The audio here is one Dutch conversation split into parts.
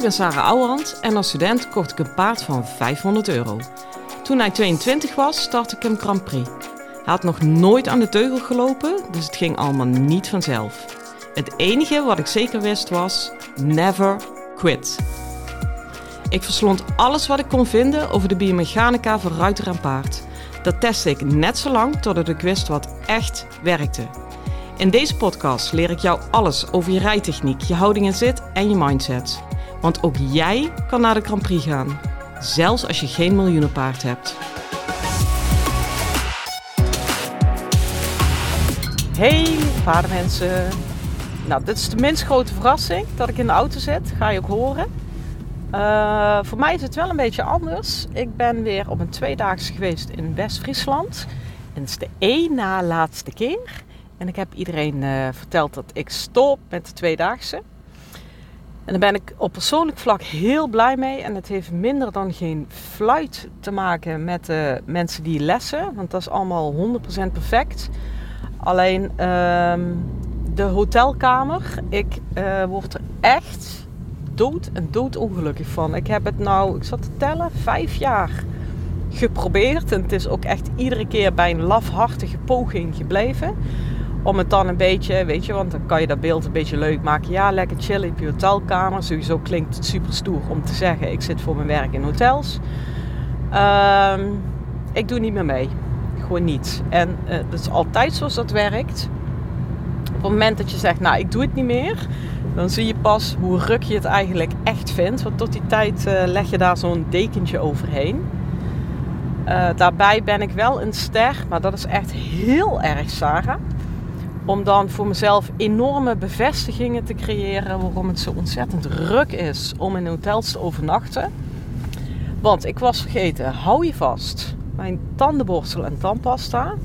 ben Sarah Ouwehand en als student kocht ik een paard van €500. Toen hij 22 was, startte ik hem Grand Prix. Hij had nog nooit aan de teugel gelopen, dus het ging allemaal niet vanzelf. Het enige wat ik zeker wist was, never quit. Ik verslond alles wat ik kon vinden over de biomechanica van ruiter en paard. Dat testte ik net zo lang totdat ik wist wat echt werkte. In deze podcast leer ik jou alles over je rijtechniek, je houding en zit en je mindset. Want ook jij kan naar de Grand Prix gaan, zelfs als je geen miljoenenpaard hebt. Hey paardenmensen. Nou, dit is de minst grote verrassing dat ik in de auto zit. Ga je ook horen. Voor mij is het wel een beetje anders. Ik ben weer op een 2-daagse geweest in West-Friesland. En het is de één na laatste keer. En ik heb iedereen verteld dat ik stop met de 2-daagse. En daar ben ik op persoonlijk vlak heel blij mee. En het heeft minder dan geen fluit te maken met de mensen die lessen. Want dat is allemaal 100% perfect. Alleen de hotelkamer. Ik word er echt doodongelukkig van. Ik heb het nou, ik zat te tellen, 5 jaar geprobeerd. En het is ook echt iedere keer bij een lafhartige poging gebleven. Om het dan een beetje, weet je, want dan kan je dat beeld een beetje leuk maken. Ja, lekker chillen op je hotelkamer. Sowieso klinkt het super stoer om te zeggen, ik zit voor mijn werk in hotels. Ik doe niet meer mee. Gewoon niet. En dat is altijd zoals dat werkt. Op het moment dat je zegt, nou, ik doe het niet meer, dan zie je pas hoe ruk je het eigenlijk echt vindt. Want tot die tijd leg je daar zo'n dekentje overheen. Daarbij ben ik wel een ster, maar dat is echt heel erg Sarah. Om dan voor mezelf enorme bevestigingen te creëren waarom het zo ontzettend ruk is om in hotels te overnachten. Want ik was vergeten, hou je vast, mijn tandenborstel en tandpasta.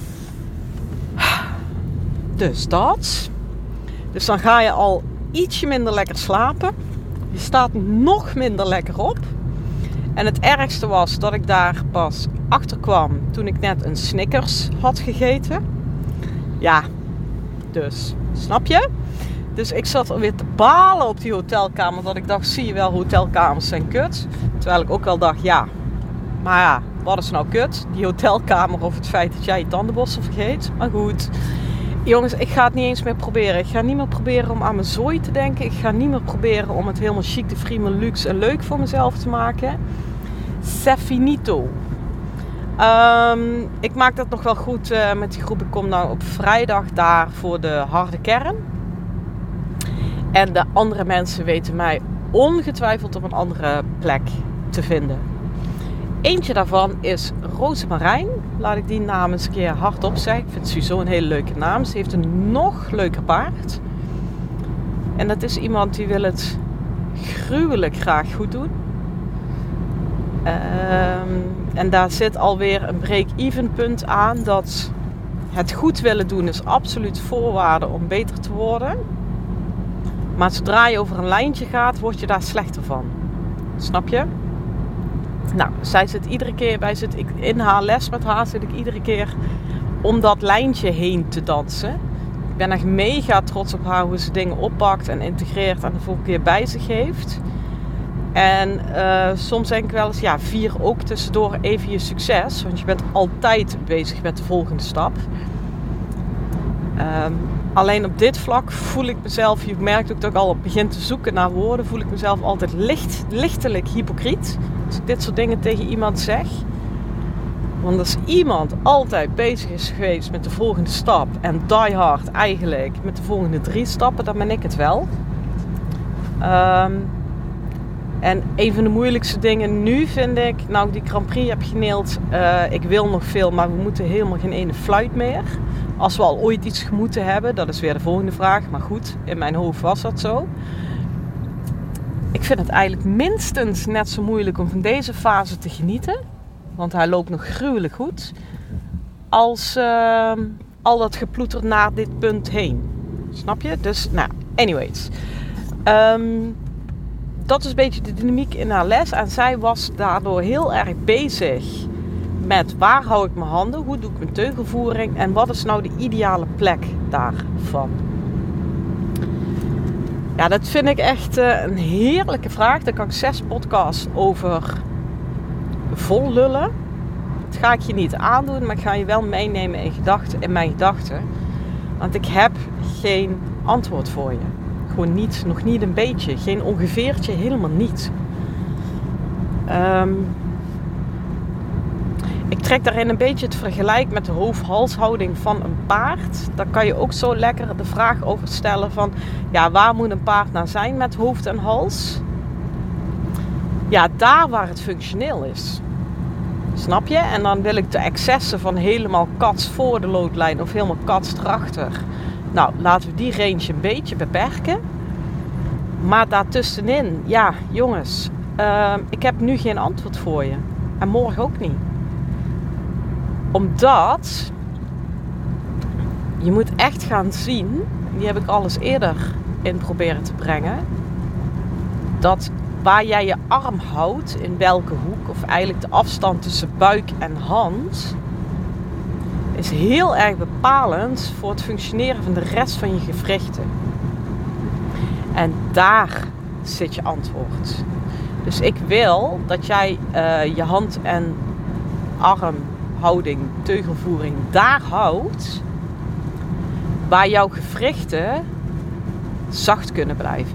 Dus dat. Dus dan ga je al ietsje minder lekker slapen. Je staat nog minder lekker op. En het ergste was dat ik daar pas achter kwam toen ik net een Snickers had gegeten. Ja, dus, snap je? Dus ik zat alweer te balen op die hotelkamer. Dat ik dacht, zie je wel, hotelkamers zijn kut. Terwijl ik ook wel dacht, ja, maar ja, wat is nou kut? Die hotelkamer of het feit dat jij je tandenborstel vergeet? Maar goed, jongens, ik ga het niet eens meer proberen. Ik ga niet meer proberen om aan mijn zooi te denken. Ik ga niet meer proberen om het helemaal chic, de friemen, luxe en leuk voor mezelf te maken. C'est finito. Ik maak dat nog wel goed met die groep. Ik kom nou op vrijdag daar voor de harde kern. En de andere mensen weten mij ongetwijfeld op een andere plek te vinden. Eentje daarvan is Rosemarijn. Laat ik die naam eens een keer hardop zeggen. Ik vind het sowieso een hele leuke naam. Ze heeft een nog leuker paard. En dat is iemand die wil het gruwelijk graag goed doen. En daar zit alweer een break-even punt aan. Dat het goed willen doen is absoluut voorwaarde om beter te worden. Maar zodra je over een lijntje gaat, word je daar slechter van. Snap je? Nou, zij zit iedere keer, in haar les met haar, zit ik iedere keer om dat lijntje heen te dansen. Ik ben echt mega trots op haar, hoe ze dingen oppakt en integreert en de volgende keer bij zich heeft. En soms denk ik wel eens, ja, vier ook tussendoor even je succes. Want je bent altijd bezig met de volgende stap. Alleen op dit vlak voel ik mezelf, je merkt ook dat ik al begin te zoeken naar woorden, voel ik mezelf altijd lichtelijk hypocriet. Als ik dit soort dingen tegen iemand zeg. Want als iemand altijd bezig is geweest met de volgende stap en die hard eigenlijk met de volgende 3 stappen, dan ben ik het wel. En een van de moeilijkste dingen nu vind ik, nou ik die Grand Prix heb geneeld, ik wil nog veel, maar we moeten helemaal geen ene fluit meer. Als we al ooit iets moeten hebben, dat is weer de volgende vraag. Maar goed, in mijn hoofd was dat zo. Ik vind het eigenlijk minstens net zo moeilijk om van deze fase te genieten. Want hij loopt nog gruwelijk goed. Als al dat geploeter naar dit punt heen. Snap je? Dus, nou, anyways. Dat is een beetje de dynamiek in haar les. En zij was daardoor heel erg bezig met waar hou ik mijn handen, hoe doe ik mijn teugelvoering en wat is nou de ideale plek daarvan. Ja, dat vind ik echt een heerlijke vraag. Daar kan ik 6 podcasts over vol lullen. Dat ga ik je niet aandoen, maar ik ga je wel meenemen in mijn gedachten. Want ik heb geen antwoord voor je. Gewoon niet, nog niet een beetje. Geen ongeveertje, helemaal niet. Ik trek daarin een beetje het vergelijk met de hoofd-halshouding van een paard. Daar kan je ook zo lekker de vraag over stellen van... Ja, waar moet een paard nou zijn met hoofd en hals? Ja, daar waar het functioneel is. Snap je? En dan wil ik de excessen van helemaal kats voor de loodlijn of helemaal kats erachter. Nou, laten we die range een beetje beperken. Maar daartussenin, ja jongens, ik heb nu geen antwoord voor je. En morgen ook niet. Omdat je moet echt gaan zien, die heb ik al eens eerder in proberen te brengen, dat waar jij je arm houdt, in welke hoek, of eigenlijk de afstand tussen buik en hand, is heel erg bepalend voor het functioneren van de rest van je gewrichten. En daar zit je antwoord. Dus ik wil dat jij je hand- en armhouding, teugelvoering daar houdt, waar jouw gewrichten zacht kunnen blijven.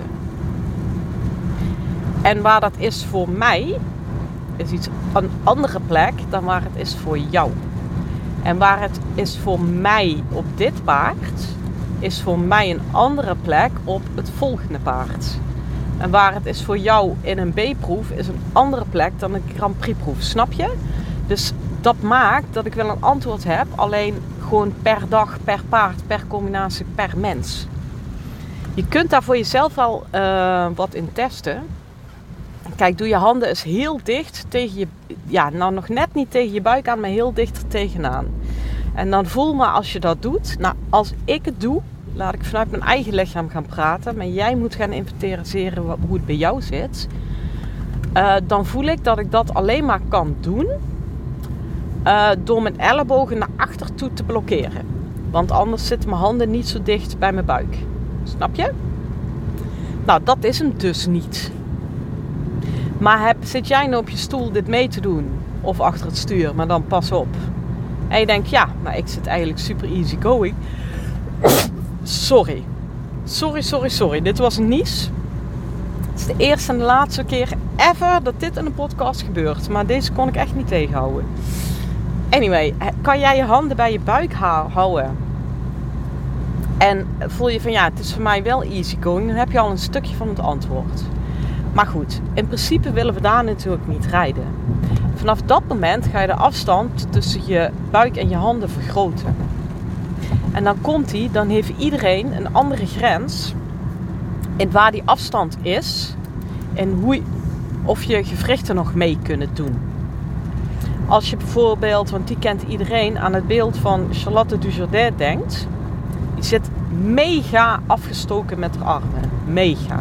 En waar dat is voor mij, is iets een andere plek dan waar het is voor jou. En waar het is voor mij op dit paard, is voor mij een andere plek op het volgende paard. En waar het is voor jou in een B-proef, is een andere plek dan een Grand Prix proef. Snap je? Dus dat maakt dat ik wel een antwoord heb, alleen gewoon per dag, per paard, per combinatie, per mens. Je kunt daar voor jezelf wel wat in testen. Kijk, doe je handen eens heel dicht tegen je... Ja, nou nog net niet tegen je buik aan, maar heel dicht er tegenaan. En dan voel maar als je dat doet. Nou, als ik het doe, laat ik vanuit mijn eigen lichaam gaan praten. Maar jij moet gaan inventariseren hoe het bij jou zit. Dan voel ik dat ik dat alleen maar kan doen door mijn ellebogen naar achter toe te blokkeren. Want anders zitten mijn handen niet zo dicht bij mijn buik. Snap je? Nou, dat is hem dus niet. Maar zit jij nou op je stoel dit mee te doen? Of achter het stuur, maar dan pas op. En je denkt, ja, maar ik zit eigenlijk super easy going. Sorry. Dit was een nies. Het is de eerste en de laatste keer ever dat dit in een podcast gebeurt. Maar deze kon ik echt niet tegenhouden. Anyway, kan jij je handen bij je buik houden? En voel je van, ja, het is voor mij wel easy going. Dan heb je al een stukje van het antwoord. Maar goed, in principe willen we daar natuurlijk niet rijden. Vanaf dat moment ga je de afstand tussen je buik en je handen vergroten. En dan heeft iedereen een andere grens in waar die afstand is en of je gewrichten nog mee kunnen doen. Als je bijvoorbeeld, want die kent iedereen, aan het beeld van Charlotte Dujardin denkt, die zit mega afgestoken met haar armen. Mega.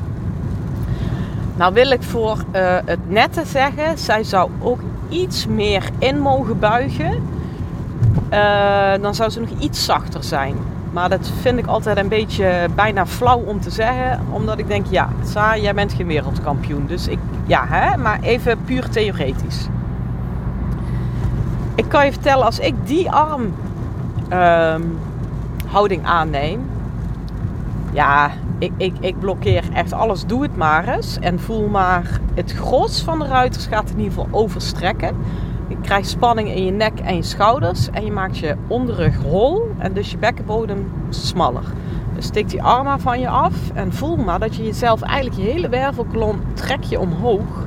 Nou wil ik voor het nette zeggen, zij zou ook iets meer in mogen buigen. Dan zou ze nog iets zachter zijn. Maar dat vind ik altijd een beetje bijna flauw om te zeggen. Omdat ik denk, ja, Sa, jij bent geen wereldkampioen. Dus maar even puur theoretisch. Ik kan je vertellen, als ik die armhouding aanneem. Ja, ik blokkeer echt alles. Doe het maar eens. En voel maar, het gros van de ruiters gaat in ieder geval overstrekken. Je krijgt spanning in je nek en je schouders. En je maakt je onderrug hol. En dus je bekkenbodem smaller. Dus steek die armen van je af. En voel maar dat je jezelf eigenlijk je hele wervelkolom trek je omhoog.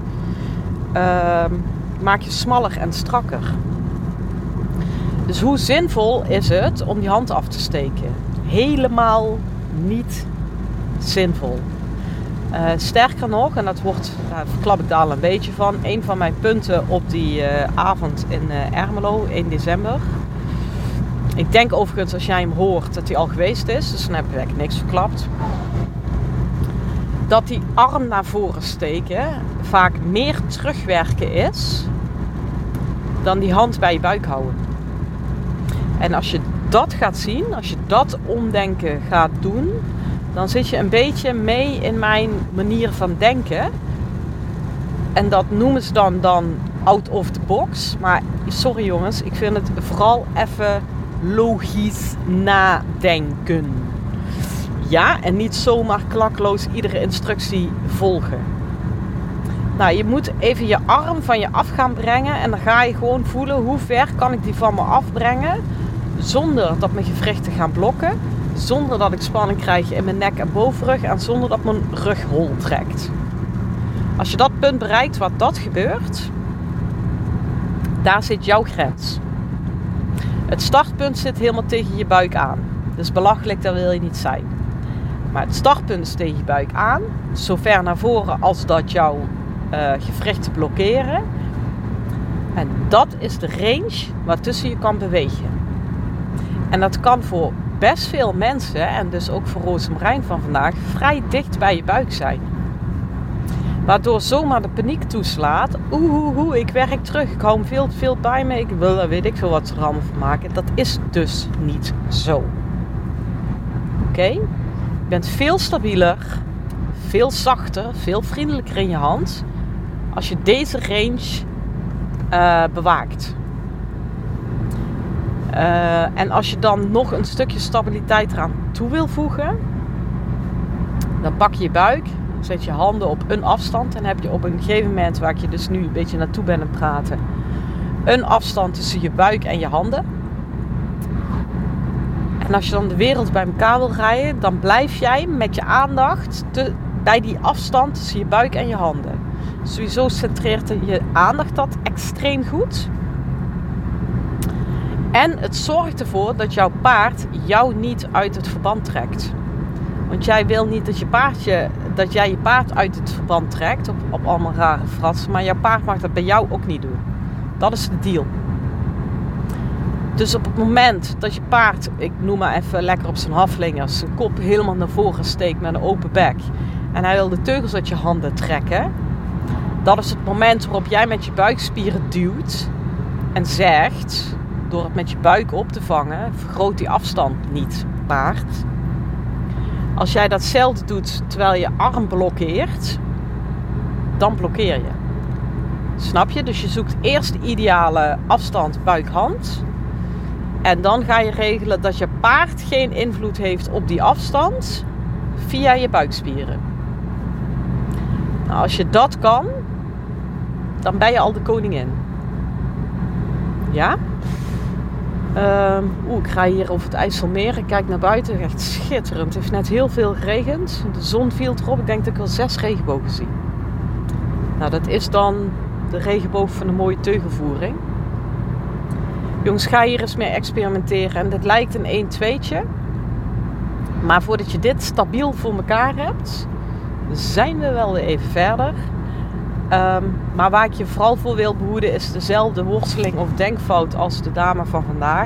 Maak je smaller en strakker. Dus hoe zinvol is het om die hand af te steken? Helemaal niet zinvol. Sterker nog, en dat verklap ik daar al een beetje van, een van mijn punten op die avond in Ermelo, 1 december. Ik denk overigens, als jij hem hoort, dat hij al geweest is, dus dan heb ik eigenlijk niks verklapt. Dat die arm naar voren steken vaak meer terugwerken is dan die hand bij je buik houden. En als je dat gaat zien, als je dat omdenken gaat doen, dan zit je een beetje mee in mijn manier van denken. En dat noemen ze dan out of the box. Maar sorry jongens, ik vind het vooral even logisch nadenken. Ja, en niet zomaar klakloos iedere instructie volgen. Nou, je moet even je arm van je af gaan brengen. En dan ga je gewoon voelen hoe ver kan ik die van me afbrengen. Zonder dat mijn gewrichten gaan blokken. Zonder dat ik spanning krijg in mijn nek en bovenrug. En zonder dat mijn rug hol trekt. Als je dat punt bereikt wat dat gebeurt. Daar zit jouw grens. Het startpunt zit helemaal tegen je buik aan. Dus belachelijk, daar wil je niet zijn. Maar het startpunt is tegen je buik aan. Zo ver naar voren als dat jouw gewrichten blokkeren. En dat is de range waartussen je kan bewegen. En dat kan voor best veel mensen, en dus ook voor Rozemarijn van vandaag, vrij dicht bij je buik zijn. Waardoor zomaar de paniek toeslaat. Ik werk terug. Ik hou hem veel te veel bij me. Ik wil, weet ik veel wat ze er allemaal van maken. Dat is dus niet zo. Oké? Je bent veel stabieler, veel zachter, veel vriendelijker in je hand. Als je deze range bewaakt. En als je dan nog een stukje stabiliteit eraan toe wil voegen. Dan pak je je buik. Zet je handen op een afstand. En heb je op een gegeven moment, waar ik je dus nu een beetje naartoe ben aan het praten. Een afstand tussen je buik en je handen. En als je dan de wereld bij elkaar wil rijden. Dan blijf jij met je aandacht bij die afstand tussen je buik en je handen. Sowieso centreert je aandacht dat extreem goed. En het zorgt ervoor dat jouw paard jou niet uit het verband trekt. Want jij wil niet dat jij je paard uit het verband trekt op allemaal rare fratsen. Maar jouw paard mag dat bij jou ook niet doen. Dat is de deal. Dus op het moment dat je paard, ik noem maar even lekker op zijn haflingers, zijn kop helemaal naar voren steekt met een open bek. En hij wil de teugels uit je handen trekken. Dat is het moment waarop jij met je buikspieren duwt. En zegt, door het met je buik op te vangen, vergroot die afstand niet, paard. Als jij datzelfde doet terwijl je arm blokkeert, dan blokkeer je. Snap je? Dus je zoekt eerst de ideale afstand buik-hand. En dan ga je regelen dat je paard geen invloed heeft op die afstand via je buikspieren. Nou, als je dat kan, dan ben je al de koningin. Ja? Ik ga hier over het IJsselmeer. Ik kijk naar buiten. Echt schitterend. Het heeft net heel veel geregend. De zon viel erop. Ik denk dat ik wel 6 regenbogen zie. Nou, dat is dan de regenboog van een mooie teugelvoering. Jongens, ga hier eens mee experimenteren. En dit lijkt een 1-2'tje. Maar voordat je dit stabiel voor elkaar hebt, zijn we wel weer even verder. Maar waar ik je vooral voor wil behoeden is dezelfde worsteling of denkfout als de dame van vandaag.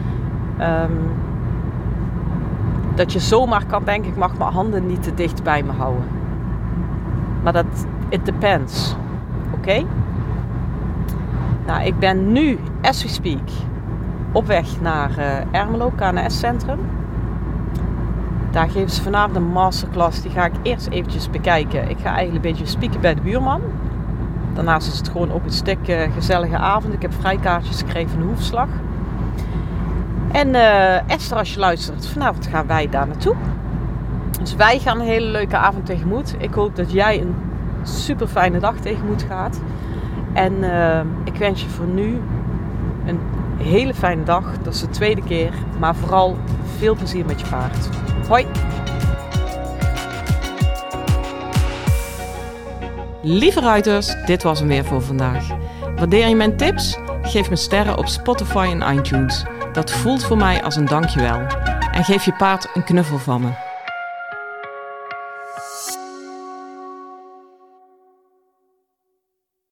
Dat je zomaar kan denken, ik mag mijn handen niet te dicht bij me houden. Maar dat, it depends. Oké? Nou, ik ben nu, as we speak, op weg naar Ermelo, KNS-centrum. Daar geven ze vanavond een masterclass. Die ga ik eerst eventjes bekijken. Ik ga eigenlijk een beetje spieken bij de buurman. Daarnaast is het gewoon ook een stuk gezellige avond. Ik heb vrijkaartjes gekregen van de Hoefslag. En Esther, als je luistert, vanavond gaan wij daar naartoe. Dus wij gaan een hele leuke avond tegemoet. Ik hoop dat jij een super fijne dag tegemoet gaat. En ik wens je voor nu een hele fijne dag. Dat is de tweede keer. Maar vooral veel plezier met je paard. Hoi! Lieve ruiters, dit was hem weer voor vandaag. Waardeer je mijn tips? Geef me sterren op Spotify en iTunes. Dat voelt voor mij als een dankjewel. En geef je paard een knuffel van me.